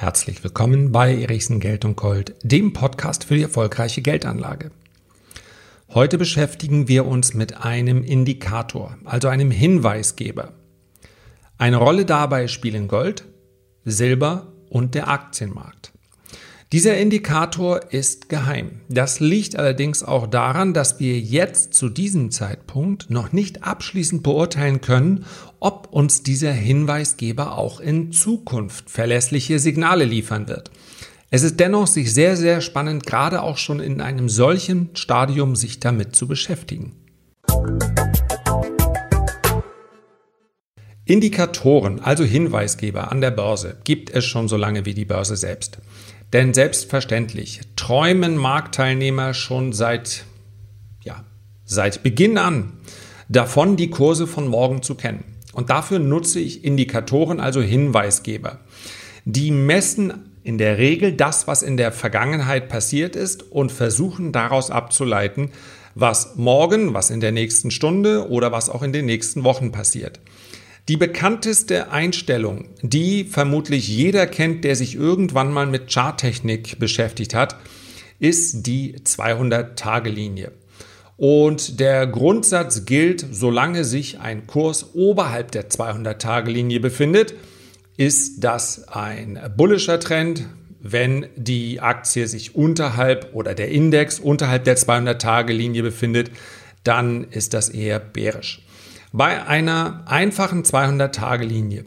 Herzlich willkommen bei Erichsen Geld und Gold, dem Podcast für die erfolgreiche Geldanlage. Heute beschäftigen wir uns mit einem Indikator, also einem Hinweisgeber. Eine Rolle dabei spielen Gold, Silber und der Aktienmarkt. Dieser Indikator ist geheim. Das liegt allerdings auch daran, dass wir jetzt zu diesem Zeitpunkt noch nicht abschließend beurteilen können, ob uns dieser Hinweisgeber auch in Zukunft verlässliche Signale liefern wird. Es ist dennoch sehr, sehr spannend, gerade auch schon in einem solchen Stadium sich damit zu beschäftigen. Indikatoren, also Hinweisgeber an der Börse, gibt es schon so lange wie die Börse selbst. Denn selbstverständlich träumen Marktteilnehmer schon seit Beginn an davon, die Kurse von morgen zu kennen. Und dafür nutze ich Indikatoren, also Hinweisgeber. Die messen in der Regel das, was in der Vergangenheit passiert ist und versuchen daraus abzuleiten, was morgen, was in der nächsten Stunde oder was auch in den nächsten Wochen passiert. Die bekannteste Einstellung, die vermutlich jeder kennt, der sich irgendwann mal mit Charttechnik beschäftigt hat, ist die 200-Tage-Linie. Und der Grundsatz gilt, solange sich ein Kurs oberhalb der 200-Tage-Linie befindet, ist das ein bullischer Trend. Wenn die Aktie sich unterhalb oder der Index unterhalb der 200-Tage-Linie befindet, dann ist das eher bärisch. Bei einer einfachen 200-Tage-Linie,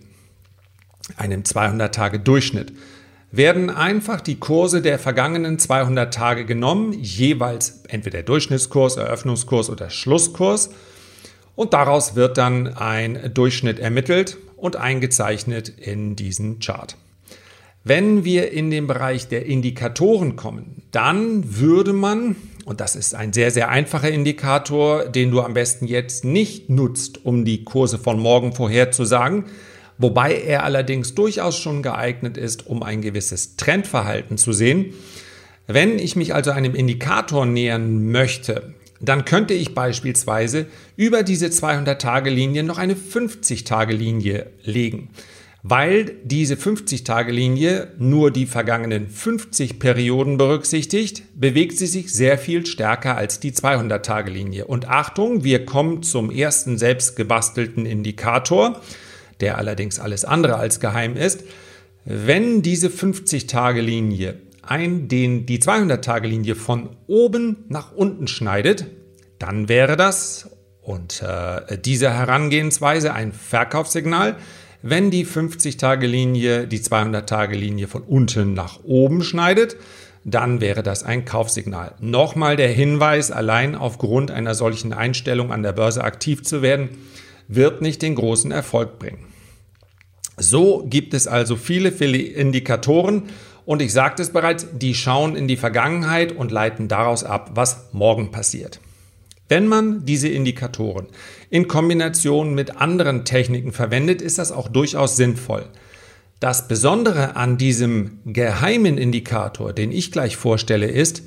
einem 200-Tage-Durchschnitt, werden einfach die Kurse der vergangenen 200 Tage genommen, jeweils entweder Durchschnittskurs, Eröffnungskurs oder Schlusskurs, und daraus wird dann ein Durchschnitt ermittelt und eingezeichnet in diesen Chart. Wenn wir in den Bereich der Indikatoren kommen, dann würde man, und das ist ein sehr, sehr einfacher Indikator, den du am besten jetzt nicht nutzt, um die Kurse von morgen vorherzusagen, wobei er allerdings durchaus schon geeignet ist, um ein gewisses Trendverhalten zu sehen. Wenn ich mich also einem Indikator nähern möchte, dann könnte ich beispielsweise über diese 200-Tage-Linie noch eine 50-Tage-Linie legen. Weil diese 50-Tage-Linie nur die vergangenen 50 Perioden berücksichtigt, bewegt sie sich sehr viel stärker als die 200-Tage-Linie. Und Achtung, wir kommen zum ersten selbst gebastelten Indikator, der allerdings alles andere als geheim ist. Wenn diese 50-Tage-Linie die 200-Tage-Linie von oben nach unten schneidet, dann wäre das unter dieser Herangehensweise ein Verkaufssignal. Wenn die 50-Tage-Linie die 200-Tage-Linie von unten nach oben schneidet, dann wäre das ein Kaufsignal. Nochmal der Hinweis, allein aufgrund einer solchen Einstellung an der Börse aktiv zu werden, wird nicht den großen Erfolg bringen. So gibt es also viele Indikatoren und ich sagte es bereits, die schauen in die Vergangenheit und leiten daraus ab, was morgen passiert. Wenn man diese Indikatoren in Kombination mit anderen Techniken verwendet, ist das auch durchaus sinnvoll. Das Besondere an diesem geheimen Indikator, den ich gleich vorstelle, ist,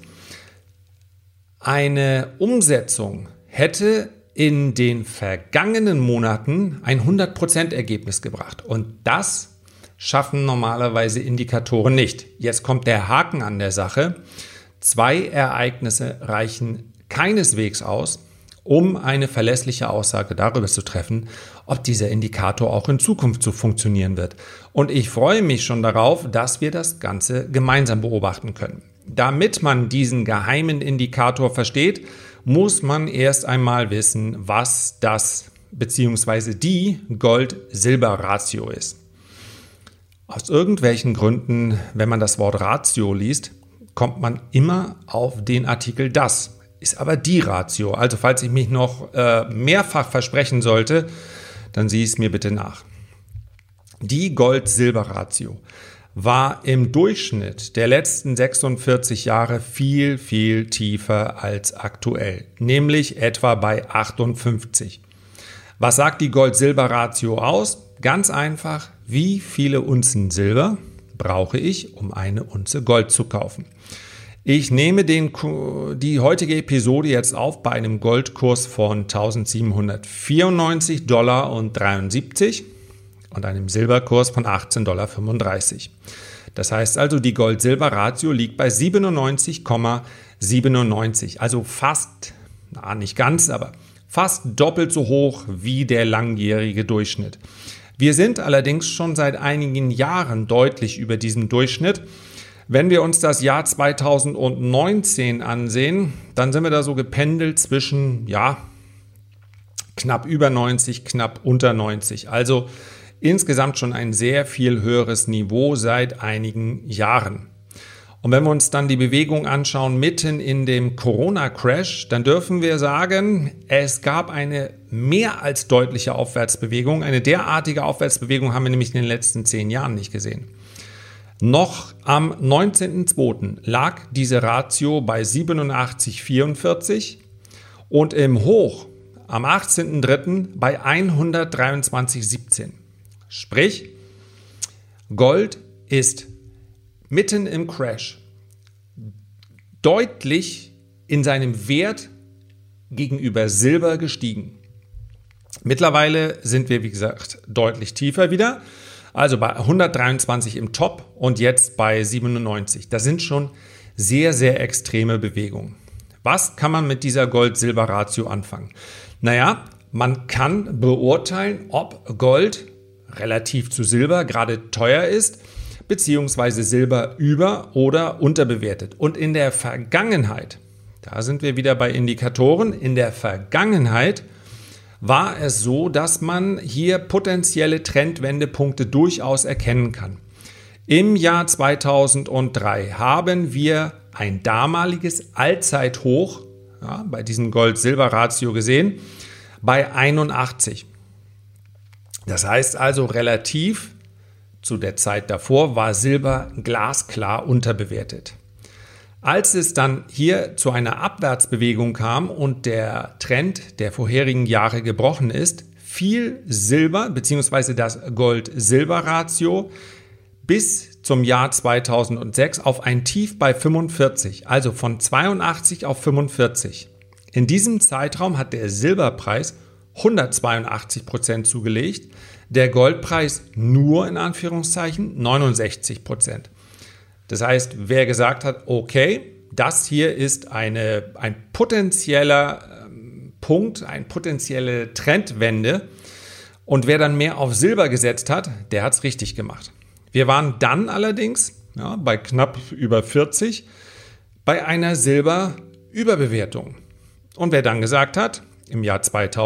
eine Umsetzung hätte in den vergangenen Monaten ein 100% Ergebnis gebracht. Und das schaffen normalerweise Indikatoren nicht. Jetzt kommt der Haken an der Sache. 2 Ereignisse reichen keineswegs aus, um eine verlässliche Aussage darüber zu treffen, ob dieser Indikator auch in Zukunft so funktionieren wird. Und ich freue mich schon darauf, dass wir das Ganze gemeinsam beobachten können. Damit man diesen geheimen Indikator versteht, muss man erst einmal wissen, was das bzw. die Gold-Silber-Ratio ist. Aus irgendwelchen Gründen, wenn man das Wort Ratio liest, kommt man immer auf den Artikel das. Ist aber die Ratio. Also falls ich mich noch mehrfach versprechen sollte, dann sieh es mir bitte nach. Die Gold-Silber-Ratio war im Durchschnitt der letzten 46 Jahre viel, viel tiefer als aktuell, nämlich etwa bei 58. Was sagt die Gold-Silber-Ratio aus? Ganz einfach, wie viele Unzen Silber brauche ich, um eine Unze Gold zu kaufen? Ich nehme die heutige Episode jetzt auf bei einem Goldkurs von $1.794,73 und einem Silberkurs von $18,35. Das heißt also, die Gold-Silber-Ratio liegt bei 97,97. Also fast, nicht ganz, aber fast doppelt so hoch wie der langjährige Durchschnitt. Wir sind allerdings schon seit einigen Jahren deutlich über diesem Durchschnitt. Wenn wir uns das Jahr 2019 ansehen, dann sind wir da so gependelt zwischen, knapp über 90, knapp unter 90. Also insgesamt schon ein sehr viel höheres Niveau seit einigen Jahren. Und wenn wir uns dann die Bewegung anschauen mitten in dem Corona-Crash, dann dürfen wir sagen, es gab eine mehr als deutliche Aufwärtsbewegung. Eine derartige Aufwärtsbewegung haben wir nämlich in den letzten 10 Jahren nicht gesehen. Noch am 19.02. lag diese Ratio bei 87,44 und im Hoch am 18.03. bei 123,17. Sprich, Gold ist mitten im Crash deutlich in seinem Wert gegenüber Silber gestiegen. Mittlerweile sind wir, wie gesagt, deutlich tiefer wieder. Also bei 123 im Top und jetzt bei 97. Das sind schon sehr, sehr extreme Bewegungen. Was kann man mit dieser Gold-Silber-Ratio anfangen? Naja, man kann beurteilen, ob Gold relativ zu Silber gerade teuer ist, beziehungsweise Silber über- oder unterbewertet. Und in der Vergangenheit, da sind wir wieder bei Indikatoren, in der Vergangenheit war es so, dass man hier potenzielle Trendwendepunkte durchaus erkennen kann. Im Jahr 2003 haben wir ein damaliges Allzeithoch bei diesem Gold-Silber-Ratio gesehen, bei 81. Das heißt also, relativ zu der Zeit davor war Silber glasklar unterbewertet. Als es dann hier zu einer Abwärtsbewegung kam und der Trend der vorherigen Jahre gebrochen ist, fiel Silber bzw. das Gold-Silber-Ratio bis zum Jahr 2006 auf ein Tief bei 45, also von 82 auf 45. In diesem Zeitraum hat der Silberpreis 182% zugelegt, der Goldpreis nur in Anführungszeichen 69%. Das heißt, wer gesagt hat, okay, das hier ist ein potenzieller Punkt, eine potenzielle Trendwende und wer dann mehr auf Silber gesetzt hat, der hat es richtig gemacht. Wir waren dann allerdings bei knapp über 40 bei einer Silberüberbewertung. Und wer dann gesagt hat, im Jahr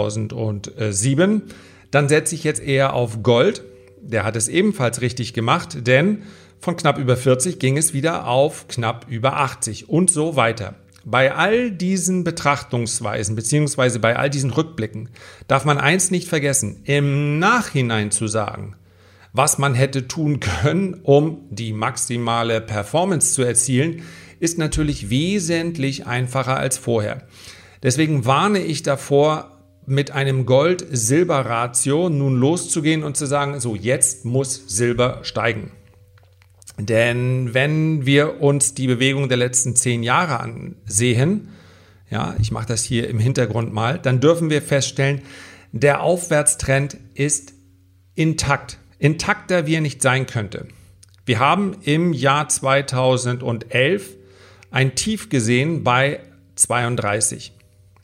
2007, dann setze ich jetzt eher auf Gold, der hat es ebenfalls richtig gemacht, denn von knapp über 40 ging es wieder auf knapp über 80 und so weiter. Bei all diesen Betrachtungsweisen bzw. bei all diesen Rückblicken darf man eins nicht vergessen, im Nachhinein zu sagen, was man hätte tun können, um die maximale Performance zu erzielen, ist natürlich wesentlich einfacher als vorher. Deswegen warne ich davor, mit einem Gold-Silber-Ratio nun loszugehen und zu sagen, so jetzt muss Silber steigen. Denn wenn wir uns die Bewegung der letzten 10 Jahre ansehen, ich mache das hier im Hintergrund mal, dann dürfen wir feststellen, der Aufwärtstrend ist intakt. Intakter wie er nicht sein könnte. Wir haben im Jahr 2011 ein Tief gesehen bei 32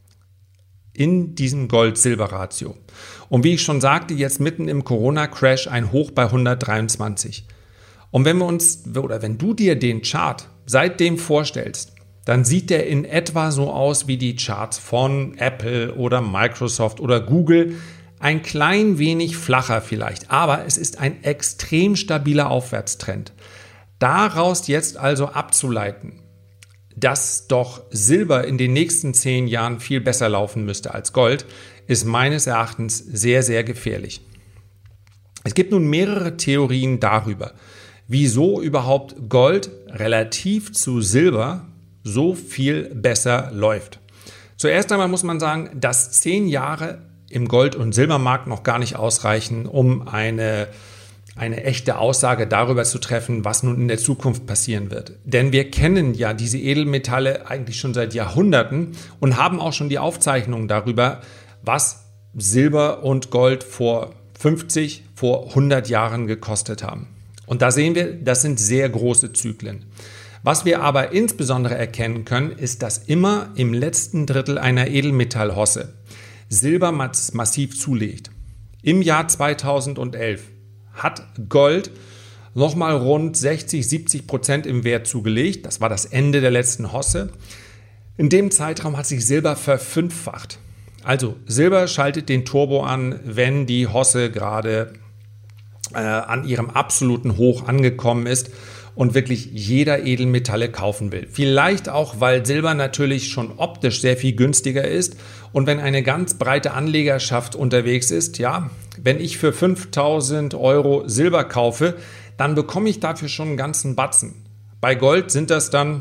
in diesem Gold-Silber-Ratio. Und wie ich schon sagte, jetzt mitten im Corona-Crash ein Hoch bei 123. Und wenn du dir den Chart seitdem vorstellst, dann sieht der in etwa so aus wie die Charts von Apple oder Microsoft oder Google. Ein klein wenig flacher vielleicht, aber es ist ein extrem stabiler Aufwärtstrend. Daraus jetzt also abzuleiten, dass doch Silber in den nächsten 10 Jahren viel besser laufen müsste als Gold, ist meines Erachtens sehr, sehr gefährlich. Es gibt nun mehrere Theorien darüber, wieso überhaupt Gold relativ zu Silber so viel besser läuft. Zuerst einmal muss man sagen, dass 10 Jahre im Gold- und Silbermarkt noch gar nicht ausreichen, um eine echte Aussage darüber zu treffen, was nun in der Zukunft passieren wird. Denn wir kennen ja diese Edelmetalle eigentlich schon seit Jahrhunderten und haben auch schon die Aufzeichnungen darüber, was Silber und Gold vor 50, vor 100 Jahren gekostet haben. Und da sehen wir, das sind sehr große Zyklen. Was wir aber insbesondere erkennen können, ist, dass immer im letzten Drittel einer Edelmetallhosse Silber massiv zulegt. Im Jahr 2011 hat Gold nochmal rund 60-70% im Wert zugelegt. Das war das Ende der letzten Hosse. In dem Zeitraum hat sich Silber verfünffacht. Also Silber schaltet den Turbo an, wenn die Hosse gerade an ihrem absoluten Hoch angekommen ist und wirklich jeder Edelmetalle kaufen will. Vielleicht auch, weil Silber natürlich schon optisch sehr viel günstiger ist und wenn eine ganz breite Anlegerschaft unterwegs ist, ja, wenn ich für 5.000 Euro Silber kaufe, dann bekomme ich dafür schon einen ganzen Batzen. Bei Gold sind das dann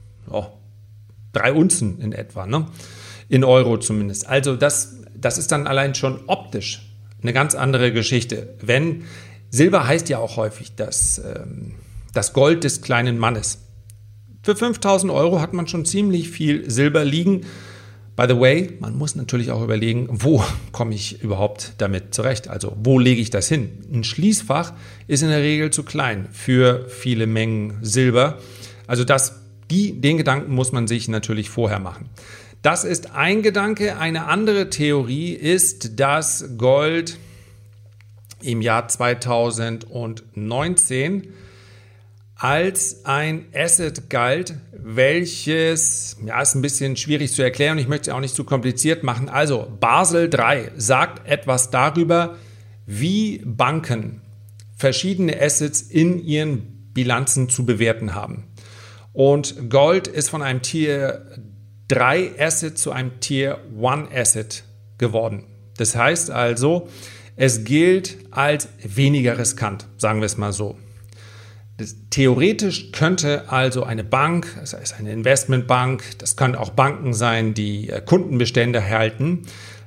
3 Unzen in etwa, ne? In Euro zumindest. Also das ist dann allein schon optisch eine ganz andere Geschichte. Wenn Silber heißt ja auch häufig das Gold des kleinen Mannes. Für 5.000 Euro hat man schon ziemlich viel Silber liegen. By the way, man muss natürlich auch überlegen, wo komme ich überhaupt damit zurecht? Also wo lege ich das hin? Ein Schließfach ist in der Regel zu klein für viele Mengen Silber. Also den Gedanken muss man sich natürlich vorher machen. Das ist ein Gedanke. Eine andere Theorie ist, dass Gold im Jahr 2019 als ein Asset galt, welches, ist ein bisschen schwierig zu erklären, ich möchte es auch nicht zu kompliziert machen. Also Basel III sagt etwas darüber, wie Banken verschiedene Assets in ihren Bilanzen zu bewerten haben. Und Gold ist von einem Tier 3 Asset zu einem Tier 1 Asset geworden. Das heißt also, es gilt als weniger riskant, sagen wir es mal so. Theoretisch könnte also eine Bank, das heißt eine Investmentbank, das können auch Banken sein, die Kundenbestände halten,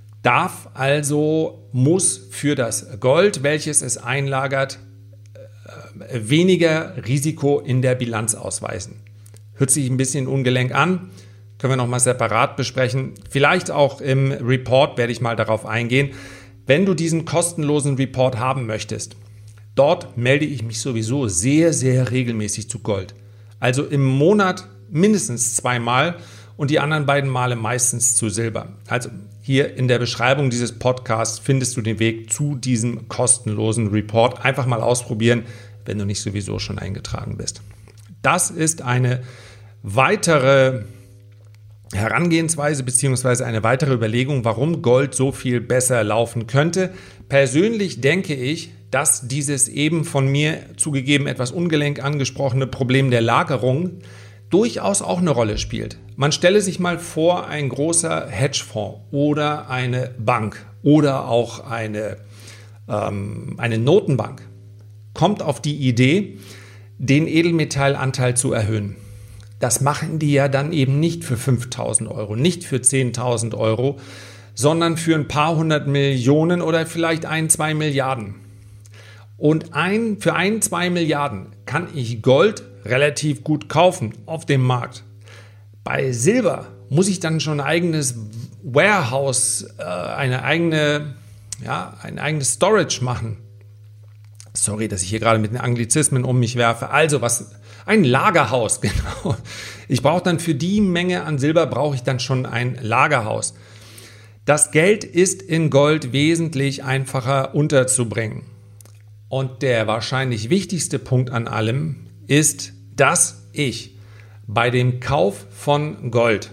muss für das Gold, welches es einlagert, weniger Risiko in der Bilanz ausweisen. Hört sich ein bisschen ungelenk an, können wir nochmal separat besprechen. Vielleicht auch im Report werde ich mal darauf eingehen. Wenn du diesen kostenlosen Report haben möchtest, dort melde ich mich sowieso sehr, sehr regelmäßig zu Gold. Also im Monat mindestens 2-mal und die anderen beiden Male meistens zu Silber. Also hier in der Beschreibung dieses Podcasts findest du den Weg zu diesem kostenlosen Report. Einfach mal ausprobieren, wenn du nicht sowieso schon eingetragen bist. Das ist eine weitere Herangehensweise bzw. eine weitere Überlegung, warum Gold so viel besser laufen könnte. Persönlich denke ich, dass dieses eben von mir zugegeben etwas ungelenk angesprochene Problem der Lagerung durchaus auch eine Rolle spielt. Man stelle sich mal vor, ein großer Hedgefonds oder eine Bank oder auch eine Notenbank kommt auf die Idee, den Edelmetallanteil zu erhöhen. Das machen die ja dann eben nicht für 5.000 Euro, nicht für 10.000 Euro, sondern für ein paar 100 Millionen oder vielleicht 1-2 Milliarden. Und für 1-2 Milliarden kann ich Gold relativ gut kaufen auf dem Markt. Bei Silber muss ich dann schon ein eigenes Warehouse, ein eigenes Storage machen. Sorry, dass ich hier gerade mit den Anglizismen um mich werfe. Also ein Lagerhaus, genau. Ich brauche dann für die Menge an Silber brauche ich dann schon ein Lagerhaus. Das Geld ist in Gold wesentlich einfacher unterzubringen. Und der wahrscheinlich wichtigste Punkt an allem ist, dass ich bei dem Kauf von Gold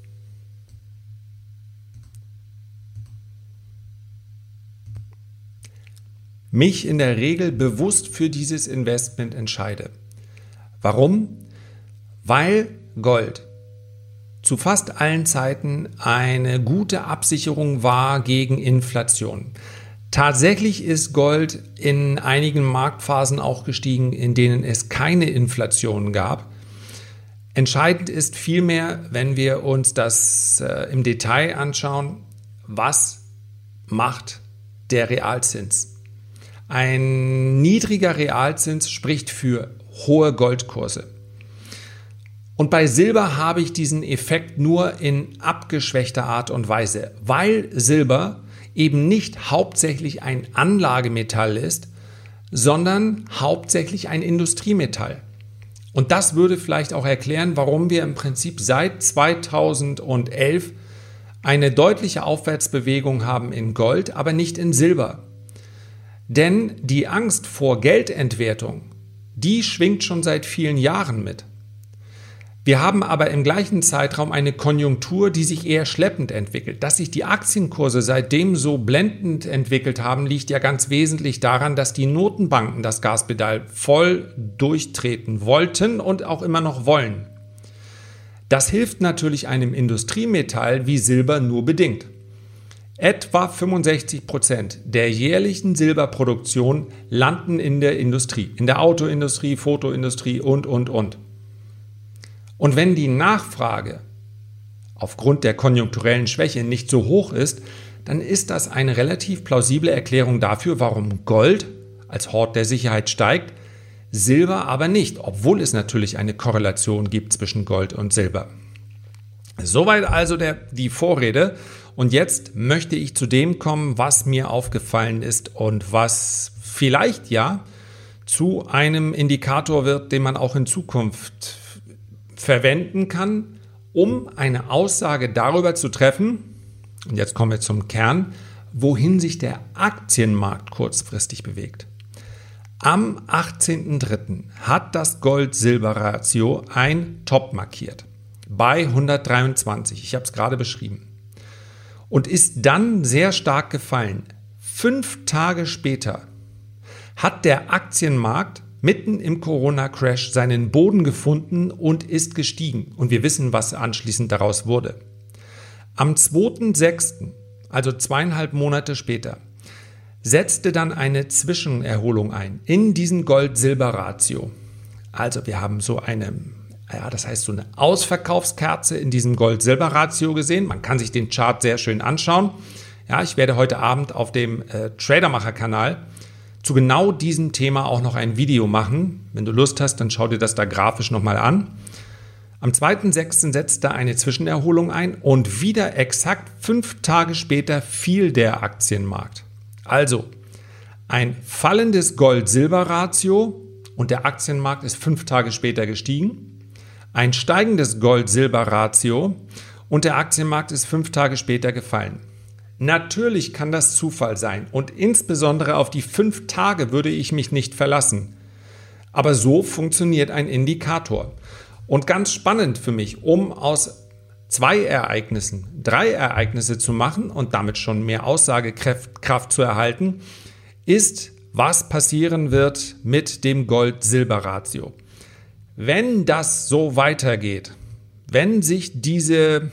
mich in der Regel bewusst für dieses Investment entscheide. Warum? Weil Gold zu fast allen Zeiten eine gute Absicherung war gegen Inflation. Tatsächlich ist Gold in einigen Marktphasen auch gestiegen, in denen es keine Inflation gab. Entscheidend ist vielmehr, wenn wir uns das im Detail anschauen, was macht der Realzins? Ein niedriger Realzins spricht für hohe Goldkurse. Und bei Silber habe ich diesen Effekt nur in abgeschwächter Art und Weise, weil Silber eben nicht hauptsächlich ein Anlagemetall ist, sondern hauptsächlich ein Industriemetall. Und das würde vielleicht auch erklären, warum wir im Prinzip seit 2011 eine deutliche Aufwärtsbewegung haben in Gold, aber nicht in Silber. Denn die Angst vor Geldentwertung, die schwingt schon seit vielen Jahren mit. Wir haben aber im gleichen Zeitraum eine Konjunktur, die sich eher schleppend entwickelt. Dass sich die Aktienkurse seitdem so blendend entwickelt haben, liegt ja ganz wesentlich daran, dass die Notenbanken das Gaspedal voll durchtreten wollten und auch immer noch wollen. Das hilft natürlich einem Industriemetall wie Silber nur bedingt. Etwa 65% der jährlichen Silberproduktion landen in der Industrie, in der Autoindustrie, Fotoindustrie und. Und wenn die Nachfrage aufgrund der konjunkturellen Schwäche nicht so hoch ist, dann ist das eine relativ plausible Erklärung dafür, warum Gold als Hort der Sicherheit steigt, Silber aber nicht, obwohl es natürlich eine Korrelation gibt zwischen Gold und Silber. Soweit also die Vorrede. Und jetzt möchte ich zu dem kommen, was mir aufgefallen ist und was vielleicht ja zu einem Indikator wird, den man auch in Zukunft verwenden kann, um eine Aussage darüber zu treffen, und jetzt kommen wir zum Kern, wohin sich der Aktienmarkt kurzfristig bewegt. Am 18.03. hat das Gold-Silber-Ratio ein Top markiert, bei 123, ich habe es gerade beschrieben, und ist dann sehr stark gefallen. 5 Tage später hat der Aktienmarkt mitten im Corona-Crash seinen Boden gefunden und ist gestiegen. Und wir wissen, was anschließend daraus wurde. Am 2.06., also 2,5 Monate später, setzte dann eine Zwischenerholung ein in diesen Gold-Silber-Ratio. Also wir haben so eine Ausverkaufskerze in diesem Gold-Silber-Ratio gesehen. Man kann sich den Chart sehr schön anschauen. Ja, ich werde heute Abend auf dem Tradermacher-Kanal zu genau diesem Thema auch noch ein Video machen. Wenn du Lust hast, dann schau dir das da grafisch nochmal an. Am 2.06. setzte eine Zwischenerholung ein und wieder exakt 5 Tage später fiel der Aktienmarkt. Also ein fallendes Gold-Silber-Ratio und der Aktienmarkt ist 5 Tage später gestiegen. Ein steigendes Gold-Silber-Ratio und der Aktienmarkt ist 5 Tage später gefallen. Natürlich kann das Zufall sein und insbesondere auf die 5 Tage würde ich mich nicht verlassen. Aber so funktioniert ein Indikator. Und ganz spannend für mich, um aus 2 Ereignissen 3 Ereignisse zu machen und damit schon mehr Aussagekraft zu erhalten, ist, was passieren wird mit dem Gold-Silber-Ratio. Wenn das so weitergeht, wenn sich dieser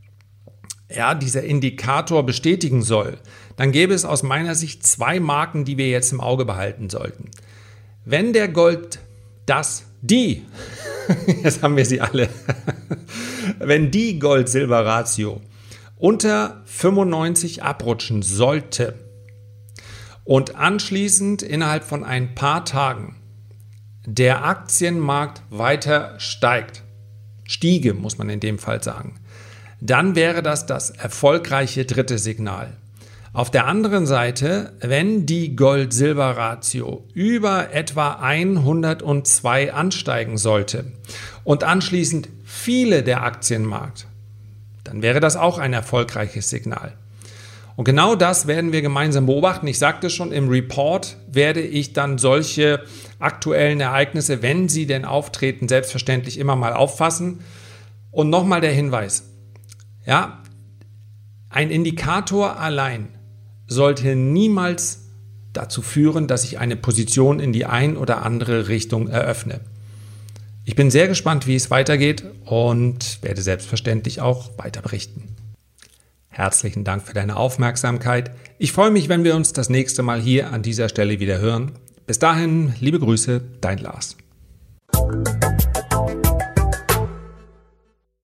Indikator bestätigen soll, dann gäbe es aus meiner Sicht 2 Marken, die wir jetzt im Auge behalten sollten. Wenn der jetzt haben wir sie alle, wenn die Gold-Silber-Ratio unter 95 abrutschen sollte und anschließend innerhalb von ein paar Tagen der Aktienmarkt weiter stiege, muss man in dem Fall sagen, dann wäre das erfolgreiche dritte Signal. Auf der anderen Seite, wenn die Gold-Silber-Ratio über etwa 102 ansteigen sollte und anschließend viele der Aktienmarkt, dann wäre das auch ein erfolgreiches Signal. Und genau das werden wir gemeinsam beobachten. Ich sagte schon, im Report werde ich dann solche aktuellen Ereignisse, wenn sie denn auftreten, selbstverständlich immer mal auffassen. Und nochmal der Hinweis. Ja, ein Indikator allein sollte niemals dazu führen, dass ich eine Position in die ein oder andere Richtung eröffne. Ich bin sehr gespannt, wie es weitergeht und werde selbstverständlich auch weiter berichten. Herzlichen Dank für deine Aufmerksamkeit. Ich freue mich, wenn wir uns das nächste Mal hier an dieser Stelle wieder hören. Bis dahin, liebe Grüße, dein Lars.